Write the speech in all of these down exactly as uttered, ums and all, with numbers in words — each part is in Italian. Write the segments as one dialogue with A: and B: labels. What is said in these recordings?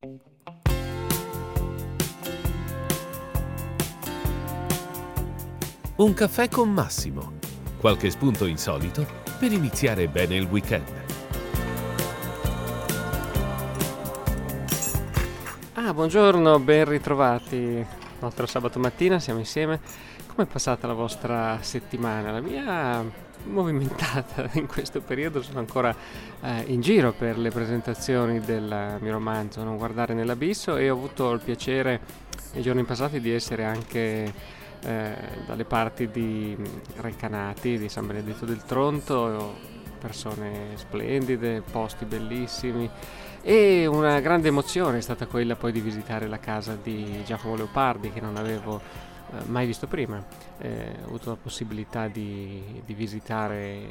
A: Un caffè con Massimo. Qualche spunto insolito per iniziare bene il weekend.
B: Ah, buongiorno, ben ritrovati. Altro sabato mattina, siamo insieme. Come è passata la vostra settimana? La mia movimentata in questo periodo, sono ancora eh, in giro per le presentazioni del mio romanzo Non guardare nell'abisso e ho avuto il piacere nei giorni passati di essere anche eh, dalle parti di Recanati, di San Benedetto del Tronto, persone splendide, posti bellissimi. E una grande emozione è stata quella poi di visitare la casa di Giacomo Leopardi, che non avevo eh, mai visto prima. Eh, ho avuto la possibilità di, di visitare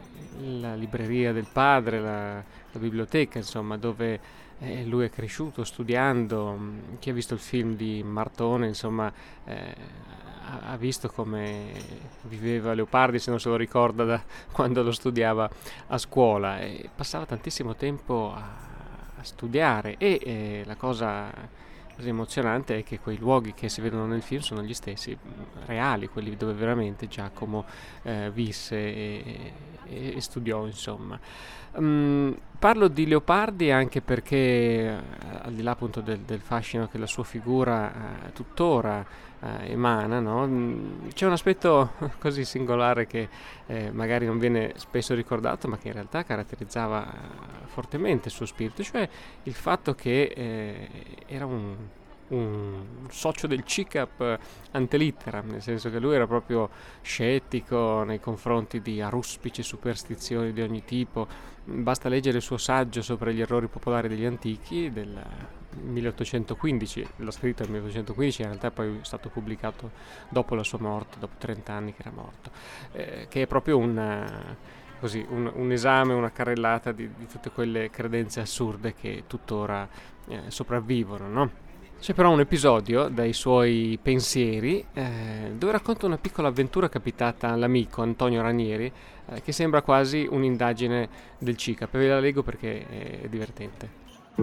B: la libreria del padre, la, la biblioteca, insomma, dove eh, lui è cresciuto studiando. Chi ha visto il film di Martone, insomma, eh, ha, ha visto come viveva Leopardi, se non se lo ricorda da quando lo studiava a scuola, e passava tantissimo tempo a studiare e eh, la cosa così emozionante è che quei luoghi che si vedono nel film sono gli stessi reali, quelli dove veramente Giacomo eh, visse e, e, e studiò, insomma. Um, parlo di Leopardi anche perché eh, al di là appunto del, del fascino che la sua figura eh, tuttora eh, emana, no? C'è un aspetto così singolare che eh, magari non viene spesso ricordato, ma che in realtà caratterizzava fortemente il suo spirito, cioè il fatto che eh, era un, un socio del C I C A P ante litteram, nel senso che lui era proprio scettico nei confronti di aruspici superstizioni di ogni tipo. Basta leggere il suo saggio sopra gli errori popolari degli antichi del milleottocentoquindici, l'ho scritto nel milleottocentoquindici, in realtà poi è stato pubblicato dopo la sua morte, dopo trenta anni che era morto, eh, che è proprio un, così, un, un esame, una carrellata di, di tutte quelle credenze assurde che tuttora eh, sopravvivono, no? C'è però un episodio dai suoi pensieri eh, dove racconta una piccola avventura capitata all'amico Antonio Ranieri, eh, che sembra quasi un'indagine del C I C A P. Ve la leggo perché è divertente.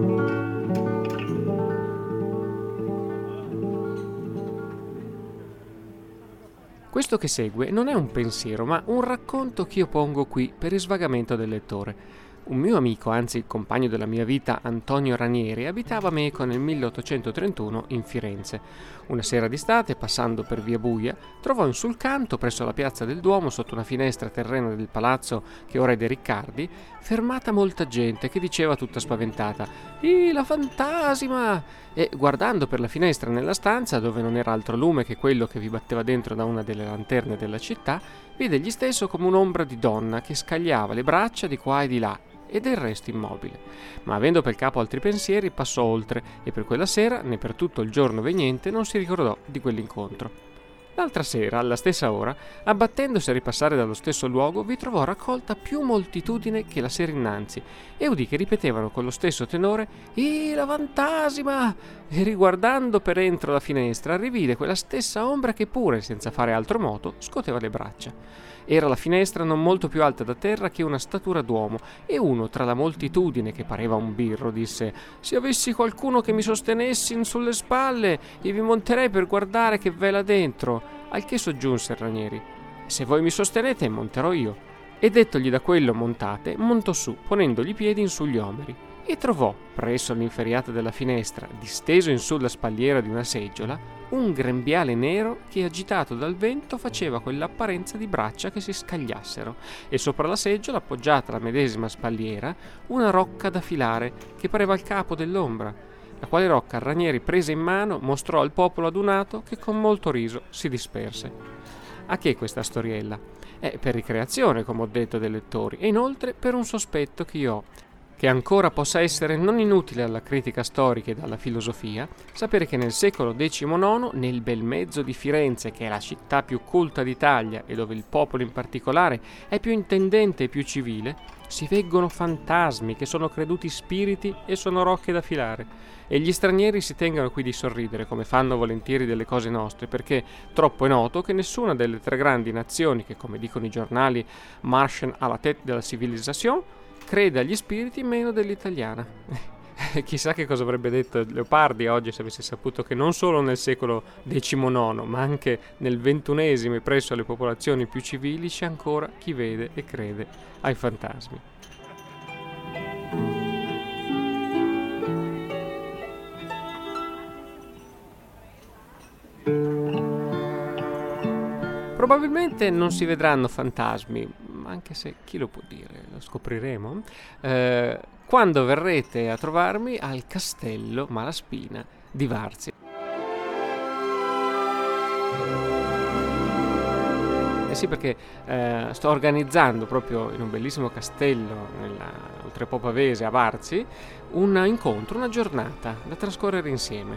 B: Questo che segue non è un pensiero, ma un racconto che io pongo qui per il svagamento del lettore. Un mio amico, anzi compagno della mia vita, Antonio Ranieri, abitava a Meco nel milleottocentotrentuno in Firenze. Una sera d'estate, passando per via Buia, trovò in sul canto, presso la piazza del Duomo, sotto una finestra terrena del palazzo che ora è dei Riccardi, fermata molta gente che diceva tutta spaventata «Ih, la fantasima!» E guardando per la finestra nella stanza, dove non era altro lume che quello che vi batteva dentro da una delle lanterne della città, vide egli stesso come un'ombra di donna che scagliava le braccia di qua e di là, e del resto immobile. Ma avendo per capo altri pensieri passò oltre, e per quella sera né per tutto il giorno vegnente non si ricordò di quell'incontro. L'altra sera, alla stessa ora, abbattendosi a ripassare dallo stesso luogo, vi trovò raccolta più moltitudine che la sera innanzi, e udì che ripetevano con lo stesso tenore «Ih, la fantasima!» E riguardando per entro la finestra rivide quella stessa ombra che pure, senza fare altro moto, scoteva le braccia. Era la finestra non molto più alta da terra che una statura d'uomo, e uno tra la moltitudine, che pareva un birro, disse «Se avessi qualcuno che mi sostenessi in sulle spalle, io vi monterei per guardare che v'è là dentro». Al che soggiunse il Ranieri «Se voi mi sostenete, monterò io». E dettogli da quello montate, montò su, ponendogli i piedi in sugli omeri, e trovò, presso l'inferriata della finestra, disteso in su la spalliera di una seggiola, un grembiale nero che, agitato dal vento, faceva quell'apparenza di braccia che si scagliassero, e sopra la seggiola, appoggiata alla medesima spalliera, una rocca da filare che pareva il capo dell'ombra, la quale rocca Ranieri prese in mano, mostrò al popolo adunato, che con molto riso si disperse. A che questa storiella? È per ricreazione, come ho detto, dei lettori, e inoltre per un sospetto che io ho, che ancora possa essere non inutile alla critica storica e alla filosofia sapere che nel secolo diciannove, nel bel mezzo di Firenze, che è la città più culta d'Italia e dove il popolo in particolare è più intendente e più civile, si veggono fantasmi che sono creduti spiriti e sono rocche da filare, e gli stranieri si tengano qui di sorridere, come fanno volentieri delle cose nostre, perché troppo è noto che nessuna delle tre grandi nazioni che, come dicono i giornali, marchen à la tête de la civilisation, crede agli spiriti meno dell'italiana. Chissà che cosa avrebbe detto Leopardi oggi se avesse saputo che non solo nel secolo diciannove, ma anche nel ventunesimo e presso le popolazioni più civili c'è ancora chi vede e crede ai fantasmi. Probabilmente non si vedranno fantasmi, anche se chi lo può dire, lo scopriremo, eh, quando verrete a trovarmi al Castello Malaspina di Varzi. Eh sì, perché eh, sto organizzando proprio in un bellissimo castello nella Oltrepo Pavese a Varzi un incontro, una giornata da trascorrere insieme.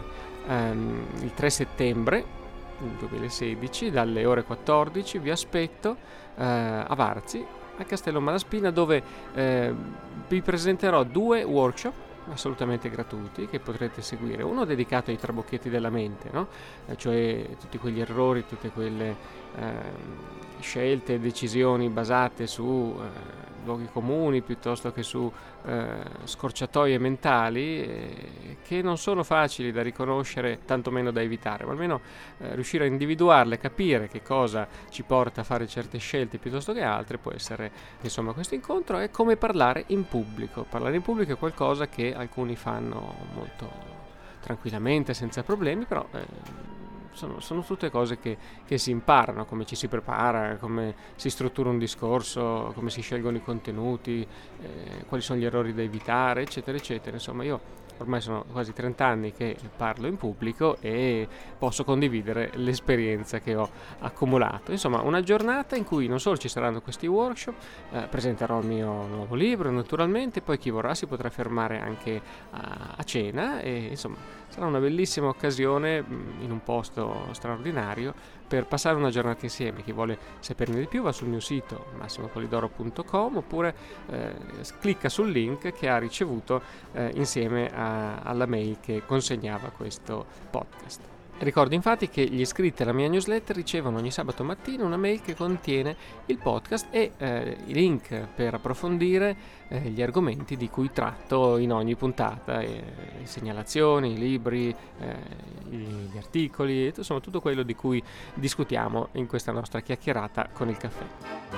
B: Um, il tre settembre duemilasedici dalle ore quattordici vi aspetto eh, a Varzi al Castello Malaspina, dove eh, vi presenterò due workshop assolutamente gratuiti che potrete seguire. Uno dedicato ai trabocchetti della mente, no? Eh, cioè tutti quegli errori, tutte quelle eh, scelte e decisioni basate su eh, luoghi comuni piuttosto che su eh, scorciatoie mentali eh, che non sono facili da riconoscere, tantomeno da evitare, ma almeno eh, riuscire a individuarle, capire che cosa ci porta a fare certe scelte piuttosto che altre può essere, insomma, questo incontro è come parlare in pubblico. Parlare in pubblico è qualcosa che alcuni fanno molto tranquillamente, senza problemi, però eh, Sono, sono tutte cose che, che si imparano, come ci si prepara, come si struttura un discorso, come si scelgono i contenuti, eh, quali sono gli errori da evitare, eccetera, eccetera. Insomma, io ormai sono quasi trenta anni che parlo in pubblico e posso condividere l'esperienza che ho accumulato. Insomma, una giornata in cui non solo ci saranno questi workshop, eh, presenterò il mio nuovo libro naturalmente, poi chi vorrà si potrà fermare anche a, a cena e insomma sarà una bellissima occasione mh, in un posto straordinario per passare una giornata insieme. Chi vuole saperne di più va sul mio sito massimo polidoro punto com oppure eh, clicca sul link che ha ricevuto eh, insieme a, alla mail che consegnava questo podcast. Ricordo infatti che gli iscritti alla mia newsletter ricevono ogni sabato mattina una mail che contiene il podcast e eh, i link per approfondire eh, gli argomenti di cui tratto in ogni puntata, eh, le segnalazioni, i libri, eh, gli articoli, insomma tutto quello di cui discutiamo in questa nostra chiacchierata con il caffè.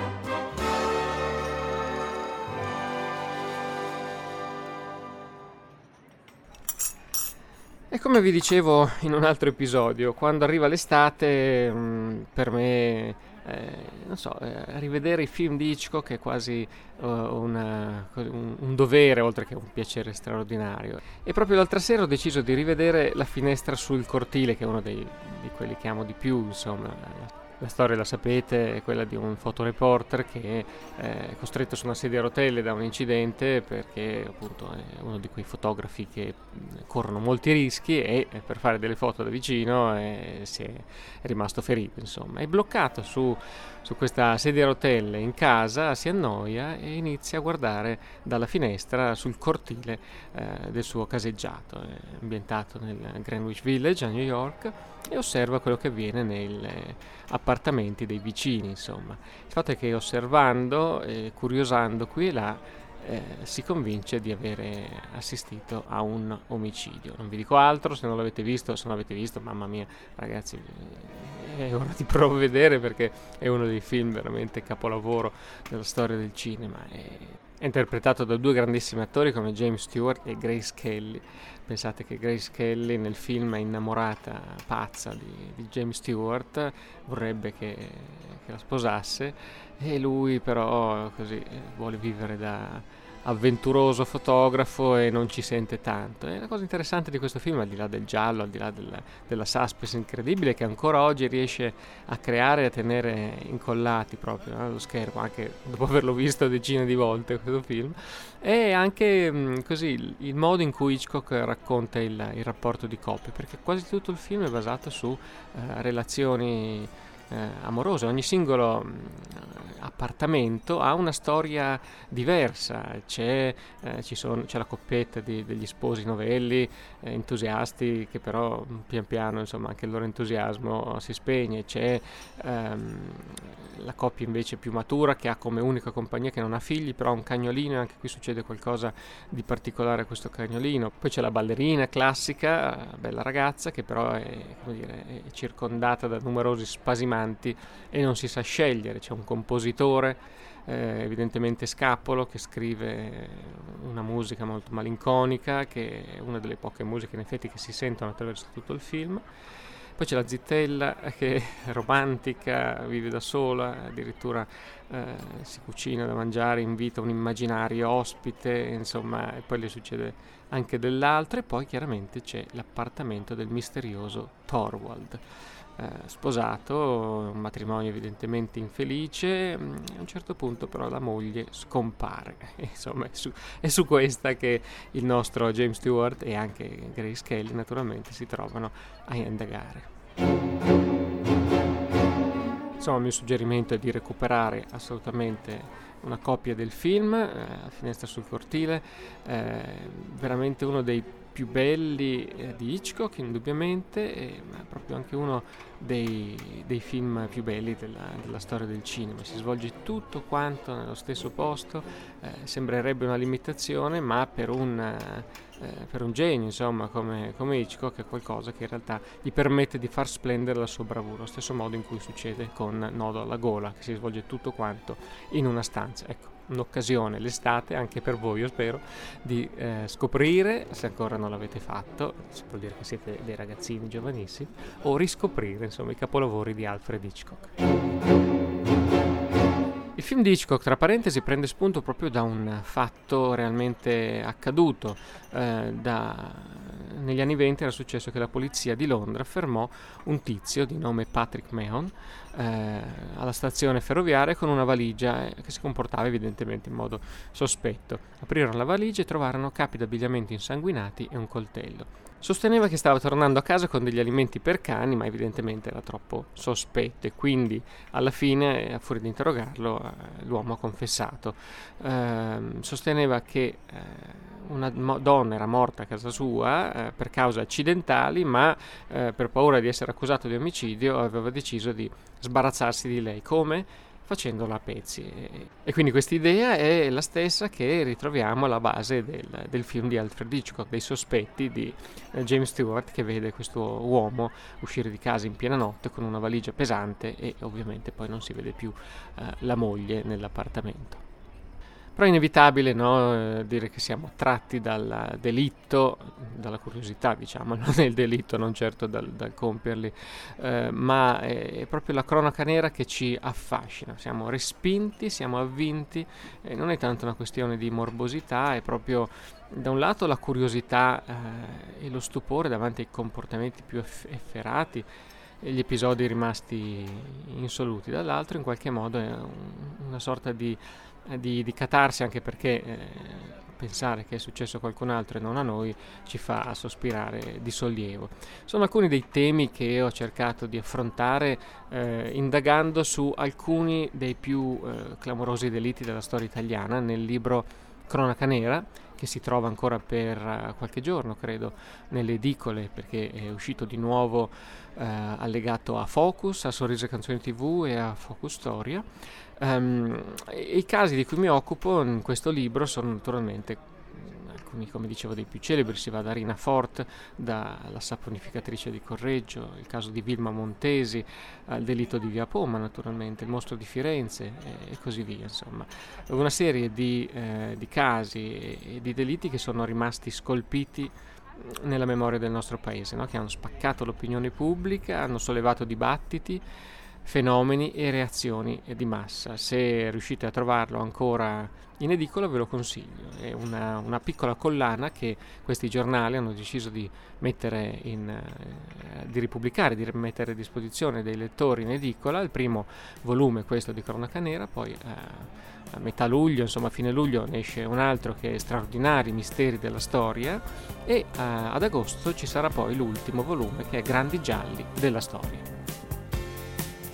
B: E come vi dicevo in un altro episodio, quando arriva l'estate, mh, per me, eh, non so, eh, rivedere i film di Hitchcock è quasi uh, una, un, un dovere, oltre che un piacere straordinario. E proprio l'altra sera ho deciso di rivedere La finestra sul cortile, che è uno dei, di quelli che amo di più, insomma. La storia la sapete, è quella di un fotoreporter che è costretto su una sedia a rotelle da un incidente perché appunto è uno di quei fotografi che corrono molti rischi e per fare delle foto da vicino è, si è, è rimasto ferito, insomma. È bloccato su, su questa sedia a rotelle in casa, si annoia e inizia a guardare dalla finestra sul cortile eh, del suo caseggiato, è ambientato nel Greenwich Village a New York, e osserva quello che avviene nei appartamenti dei vicini. Insomma, il fatto è che osservando e curiosando qui e là eh, si convince di avere assistito a un omicidio. Non vi dico altro, se non l'avete visto, se non l'avete visto, mamma mia, ragazzi, è ora di provvedere perché è uno dei film veramente capolavoro della storia del cinema. È, è interpretato da due grandissimi attori come James Stewart e Grace Kelly. Pensate che Grace Kelly nel film è innamorata pazza di, di James Stewart, vorrebbe che, che la sposasse, e lui però così vuole vivere da avventuroso fotografo e non ci sente tanto. E la cosa interessante di questo film, al di là del giallo, al di là della, della suspense incredibile che ancora oggi riesce a creare e a tenere incollati proprio no, allo schermo, anche dopo averlo visto decine di volte questo film, e anche mh, così il, il modo in cui Hitchcock racconta il, il rapporto di coppia, perché quasi tutto il film è basato su uh, relazioni eh, amorose. Ogni singolo mh, appartamento ha una storia diversa, c'è, eh, ci sono, c'è la coppietta di, degli sposi novelli, eh, entusiasti, che però pian piano insomma anche il loro entusiasmo si spegne, c'è ehm, la coppia invece più matura che ha come unica compagnia, che non ha figli però ha un cagnolino, e anche qui succede qualcosa di particolare a questo cagnolino. Poi c'è la ballerina classica, bella ragazza, che però è, come dire, è circondata da numerosi spasimanti e non si sa scegliere. C'è un compositore, eh, evidentemente Scapolo, che scrive una musica molto malinconica, che è una delle poche musiche in effetti che si sentono attraverso tutto il film. Poi c'è la zitella che è romantica, vive da sola, addirittura eh, si cucina da mangiare, invita un immaginario ospite, insomma, e poi le succede anche dell'altro. E poi chiaramente c'è l'appartamento del misterioso Thorwald, eh, sposato, un matrimonio evidentemente infelice. A un certo punto però la moglie scompare. E, insomma, è su, è su questa che il nostro James Stewart e anche Grace Kelly naturalmente si trovano a indagare. Insomma, il mio suggerimento è di recuperare assolutamente una copia del film, eh, Finestra sul cortile, eh, veramente uno dei più belli eh, di Hitchcock indubbiamente, eh, ma proprio anche uno dei, dei film più belli della, della storia del cinema. Si svolge tutto quanto nello stesso posto, eh, sembrerebbe una limitazione, ma per un, eh, per un genio insomma come, come Hitchcock è qualcosa che in realtà gli permette di far splendere la sua bravura, lo stesso modo in cui succede con Nodo alla gola, che si svolge tutto quanto in una stanza. Ecco, un'occasione l'estate anche per voi, io spero, di eh, scoprire, se ancora non l'avete fatto, si può dire che siete dei ragazzini giovanissimi, o riscoprire insomma i capolavori di Alfred Hitchcock. Il film di Hitchcock, tra parentesi, prende spunto proprio da un fatto realmente accaduto. Eh, da... Negli anni venti era successo che la polizia di Londra fermò un tizio di nome Patrick Mahon eh, alla stazione ferroviaria con una valigia eh, che si comportava evidentemente in modo sospetto. Aprirono la valigia e trovarono capi d'abbigliamento insanguinati e un coltello. Sosteneva che stava tornando a casa con degli alimenti per cani, ma evidentemente era troppo sospetto e quindi alla fine, a furia di interrogarlo, eh, l'uomo ha confessato. Eh, sosteneva che eh, una mo- donna era morta a casa sua eh, per cause accidentali, ma eh, per paura di essere accusato di omicidio aveva deciso di sbarazzarsi di lei. Come? Facendola a pezzi. E quindi questa idea è la stessa che ritroviamo alla base del, del film di Alfred Hitchcock, dei sospetti di eh, James Stewart, che vede questo uomo uscire di casa in piena notte con una valigia pesante e ovviamente poi non si vede più eh, la moglie nell'appartamento. Però è inevitabile, no, dire che siamo attratti dal delitto, dalla curiosità, diciamo, non è il delitto, non certo dal, dal compierli, eh, ma è proprio la cronaca nera che ci affascina. Siamo respinti, siamo avvinti, e non è tanto una questione di morbosità, è proprio da un lato la curiosità eh, e lo stupore davanti ai comportamenti più eff- efferati e gli episodi rimasti insoluti, dall'altro in qualche modo è un, una sorta di Di, di catarsi, anche perché eh, pensare che è successo a qualcun altro e non a noi ci fa sospirare di sollievo. Sono alcuni dei temi che ho cercato di affrontare eh, indagando su alcuni dei più eh, clamorosi delitti della storia italiana nel libro Cronaca Nera, che si trova ancora per uh, qualche giorno, credo, nelle edicole, perché è uscito di nuovo uh, allegato a Focus, a Sorrisi e Canzoni tivù e a Focus Storia. Um, I casi di cui mi occupo in questo libro sono naturalmente alcuni, come dicevo, dei più celebri. Si va da Rina Fort, dalla saponificatrice di Correggio, il caso di Vilma Montesi, al delitto di Via Poma, naturalmente, il mostro di Firenze e, e così via. Insomma, una serie di, eh, di casi e, e di delitti che sono rimasti scolpiti nella memoria del nostro paese, no? Che hanno spaccato l'opinione pubblica, hanno sollevato dibattiti, fenomeni e reazioni di massa. Se riuscite a trovarlo ancora in edicola ve lo consiglio. È una, una piccola collana che questi giornali hanno deciso di mettere in, eh, di ripubblicare, di mettere a disposizione dei lettori in edicola. Il primo volume, questo di Cronaca Nera, poi eh, a metà luglio, insomma a fine luglio, ne esce un altro che è Straordinari misteri della storia, e eh, ad agosto ci sarà poi l'ultimo volume che è Grandi gialli della storia.
C: So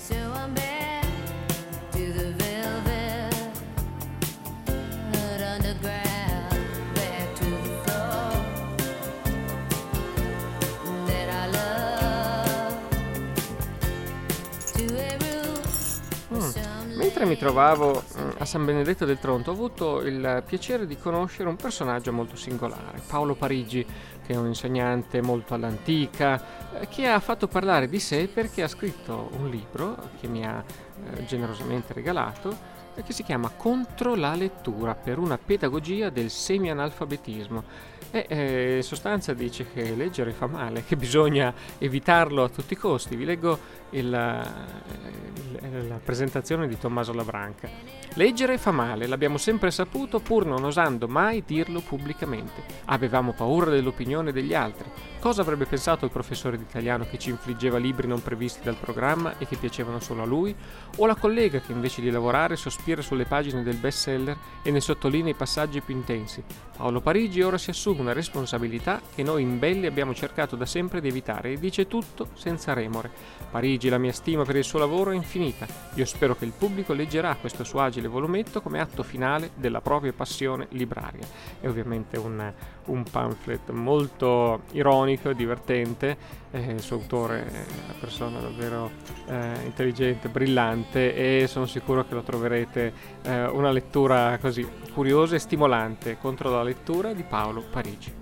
B: Mentre mi trovavo a San Benedetto del Tronto ho avuto il piacere di conoscere un personaggio molto singolare, Paolo Parigi, che è un insegnante molto all'antica, che ha fatto parlare di sé perché ha scritto un libro che mi ha eh, generosamente regalato, che si chiama Contro la lettura, per una pedagogia del semi-analfabetismo. E eh, in sostanza dice che leggere fa male, che bisogna evitarlo a tutti i costi. Vi leggo il, il, la presentazione di Tommaso Labranca. Leggere fa male, l'abbiamo sempre saputo, pur non osando mai dirlo pubblicamente. Avevamo paura dell'opinione degli altri. Cosa avrebbe pensato il professore di italiano che ci infliggeva libri non previsti dal programma e che piacevano solo a lui? O la collega che invece di lavorare sospira sulle pagine del bestseller e ne sottolinea i passaggi più intensi? Paolo Parigi ora si assume una responsabilità che noi imbelli abbiamo cercato da sempre di evitare e dice tutto senza remore. Parigi, la mia stima per il suo lavoro è infinita. Io spero che il pubblico leggerà questo suo agile volumetto come atto finale della propria passione libraria. È ovviamente un, un pamphlet molto ironico e divertente. Eh, il suo autore è una persona davvero eh, intelligente, brillante, e sono sicuro che lo troverete eh, una lettura così curiosa e stimolante. Contro la lettura di Paolo Parigi.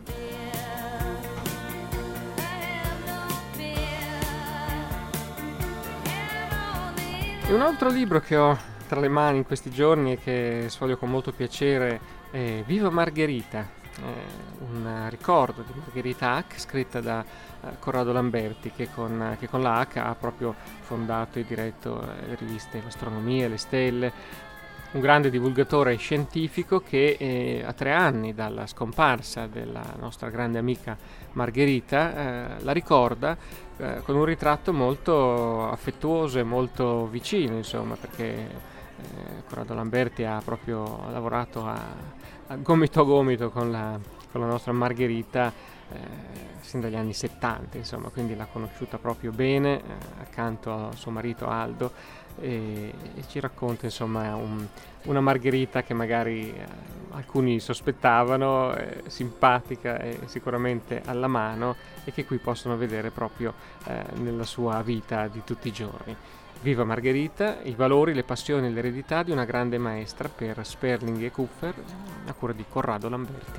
B: E un altro libro che ho tra le mani in questi giorni e che sfoglio con molto piacere è Viva Margherita, eh, un ricordo di Margherita Hack, scritta da eh, Corrado Lamberti, che con, che con la Hack ha proprio fondato e diretto eh, le riviste L'Astronomia e Le Stelle, un grande divulgatore scientifico che eh, a tre anni dalla scomparsa della nostra grande amica Margherita eh, la ricorda eh, con un ritratto molto affettuoso e molto vicino, insomma, perché eh, Corrado Lamberti ha proprio lavorato a, a gomito a gomito con la, con la nostra Margherita eh, sin dagli anni settanta, insomma, quindi l'ha conosciuta proprio bene eh, accanto a suo marito Aldo. E, e ci racconta, insomma, un, una Margherita che magari eh, alcuni sospettavano, eh, simpatica e sicuramente alla mano, e che qui possono vedere proprio eh, nella sua vita di tutti i giorni. Viva Margherita, i valori, le passioni e l'eredità di una grande maestra, per Sperling e Kupfer, a cura di Corrado Lamberti.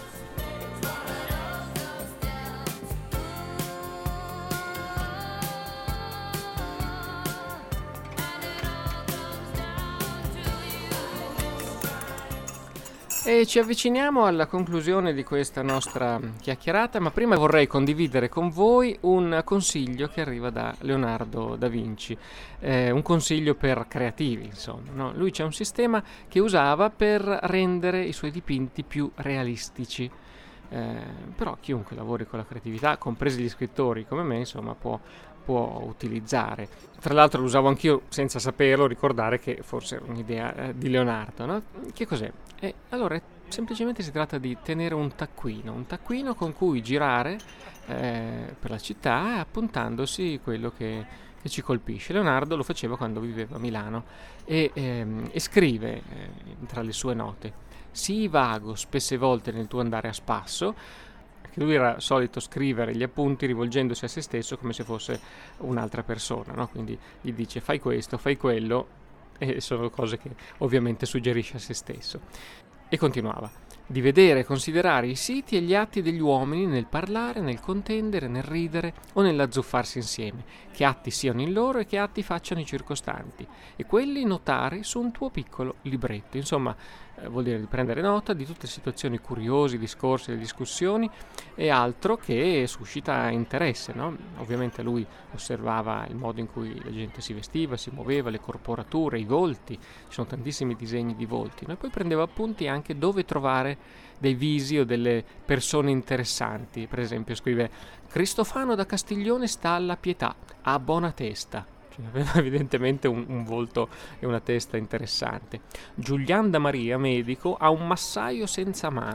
B: E ci avviciniamo alla conclusione di questa nostra chiacchierata, ma prima vorrei condividere con voi un consiglio che arriva da Leonardo da Vinci, eh, un consiglio per creativi, insomma, no? Lui c'è un sistema che usava per rendere i suoi dipinti più realistici, eh, però chiunque lavori con la creatività, compresi gli scrittori come me, insomma, può può utilizzare. Tra l'altro lo usavo anch'io senza saperlo, ricordare che forse era un'idea eh, di Leonardo, no? Che cos'è? E allora semplicemente si tratta di tenere un taccuino, un taccuino con cui girare eh, per la città, appuntandosi quello che, che ci colpisce. Leonardo lo faceva quando viveva a Milano e, ehm, e scrive eh, tra le sue note: sii vago spesse volte nel tuo andare a spasso. Che lui era solito scrivere gli appunti rivolgendosi a se stesso come se fosse un'altra persona, no? Quindi gli dice fai questo, fai quello, e sono cose che ovviamente suggerisce a se stesso. E continuava: di vedere e considerare i siti e gli atti degli uomini nel parlare, nel contendere, nel ridere o nell'azzuffarsi insieme, che atti siano in loro e che atti facciano i circostanti, e quelli notare su un tuo piccolo libretto. Insomma, eh, vuol dire di prendere nota di tutte le situazioni curiose, discorsi, le discussioni e altro che suscita interesse, no? Ovviamente lui osservava il modo in cui la gente si vestiva, si muoveva, le corporature, i volti, ci sono tantissimi disegni di volti, no? E poi prendeva appunti anche dove trovare dei visi o delle persone interessanti. Per esempio scrive: Cristofano da Castiglione sta alla Pietà, ha buona testa. Cioè, aveva evidentemente un, un volto e una testa interessante. Giulian da Maria, medico, ha un massaio senza mano.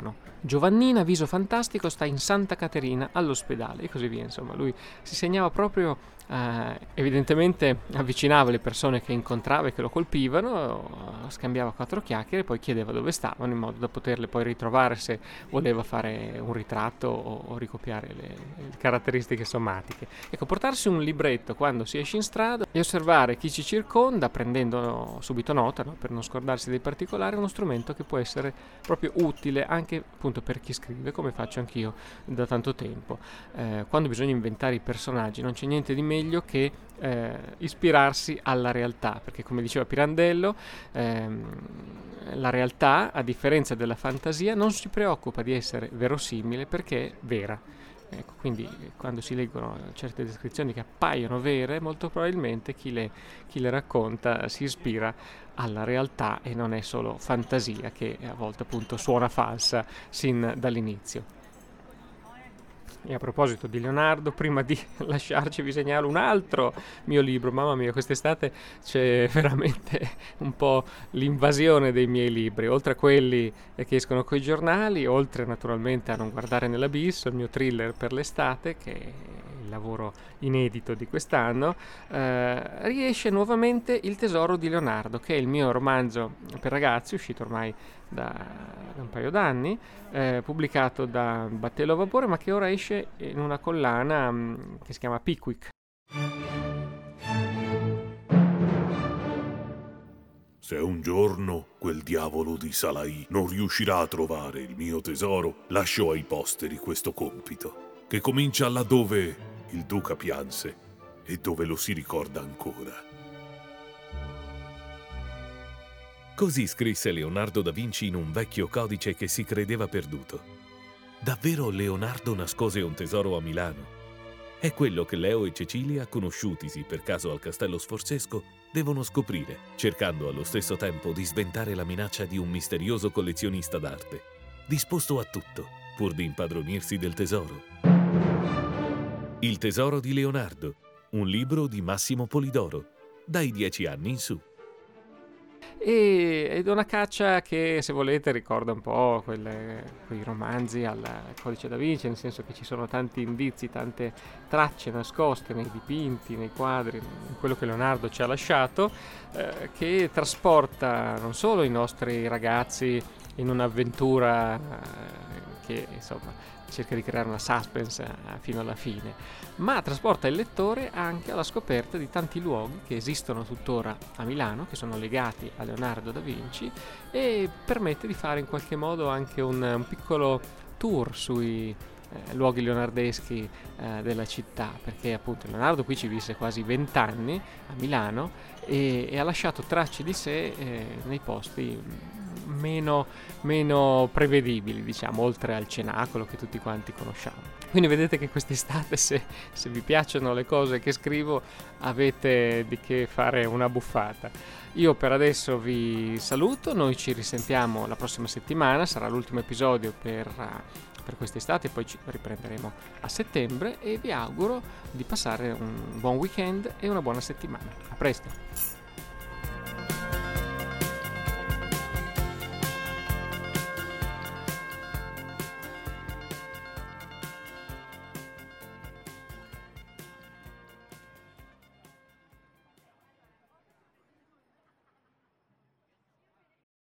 B: Giovannina, viso fantastico, sta in Santa Caterina all'ospedale, e così via. Insomma, lui si segnava proprio, eh, evidentemente avvicinava le persone che incontrava e che lo colpivano, scambiava quattro chiacchiere, poi chiedeva dove stavano in modo da poterle poi ritrovare se voleva fare un ritratto o, o ricopiare le, le caratteristiche somatiche. Ecco, portarsi un libretto quando si esce in strada e osservare chi ci circonda, prendendo subito nota, no, per non scordarsi dei particolari, è uno strumento che può essere proprio utile anche appunto per chi scrive, come faccio anch'io da tanto tempo. Eh, quando bisogna inventare i personaggi non c'è niente di meglio che eh, ispirarsi alla realtà, perché come diceva Pirandello, ehm, la realtà, a differenza della fantasia, non si preoccupa di essere verosimile perché è vera. Ecco, quindi quando si leggono certe descrizioni che appaiono vere, molto probabilmente chi le, chi le racconta si ispira alla realtà e non è solo fantasia che a volte appunto suona falsa sin dall'inizio. E a proposito di Leonardo, prima di lasciarci vi segnalo un altro mio libro. Mamma mia, quest'estate c'è veramente un po' l'invasione dei miei libri, oltre a quelli che escono coi giornali, oltre naturalmente a Non guardare nell'abisso, il mio thriller per l'estate, che è il lavoro inedito di quest'anno. Eh, riesce nuovamente Il tesoro di Leonardo, che è il mio romanzo per ragazzi, uscito ormai da, da un paio d'anni, eh, pubblicato da Battello a Vapore, ma che ora esce in una collana mh, che si chiama Pickwick.
C: Se un giorno quel diavolo di Salai non riuscirà a trovare il mio tesoro, lascio ai posteri questo compito, che comincia laddove il duca pianse e dove lo si ricorda ancora.
A: Così scrisse Leonardo da Vinci in un vecchio codice che si credeva perduto. Davvero Leonardo nascose un tesoro a Milano? È quello che Leo e Cecilia, conosciutisi per caso al Castello Sforzesco, devono scoprire, cercando allo stesso tempo di sventare la minaccia di un misterioso collezionista d'arte, disposto a tutto pur di impadronirsi del tesoro. Il tesoro di Leonardo, un libro di Massimo Polidoro, dai dieci anni in su.
B: E, ed è una caccia che, se volete, ricorda un po' quelle, quei romanzi al Codice da Vinci, nel senso che ci sono tanti indizi, tante tracce nascoste nei dipinti, nei quadri, in quello che Leonardo ci ha lasciato, eh, che trasporta non solo i nostri ragazzi in un'avventura eh, che insomma cerca di creare una suspense eh, fino alla fine, ma trasporta il lettore anche alla scoperta di tanti luoghi che esistono tuttora a Milano, che sono legati a Leonardo da Vinci, e permette di fare in qualche modo anche un, un piccolo tour sui eh, luoghi leonardeschi eh, della città, perché appunto Leonardo qui ci visse quasi vent'anni a Milano e, e ha lasciato tracce di sé eh, nei posti meno, meno prevedibili, diciamo, oltre al Cenacolo che tutti quanti conosciamo. Quindi vedete che quest'estate, se, se vi piacciono le cose che scrivo, avete di che fare una buffata. Io per adesso vi saluto, noi ci risentiamo la prossima settimana, sarà l'ultimo episodio per, per quest'estate, poi ci riprenderemo a settembre e vi auguro di passare un buon weekend e una buona settimana. A presto!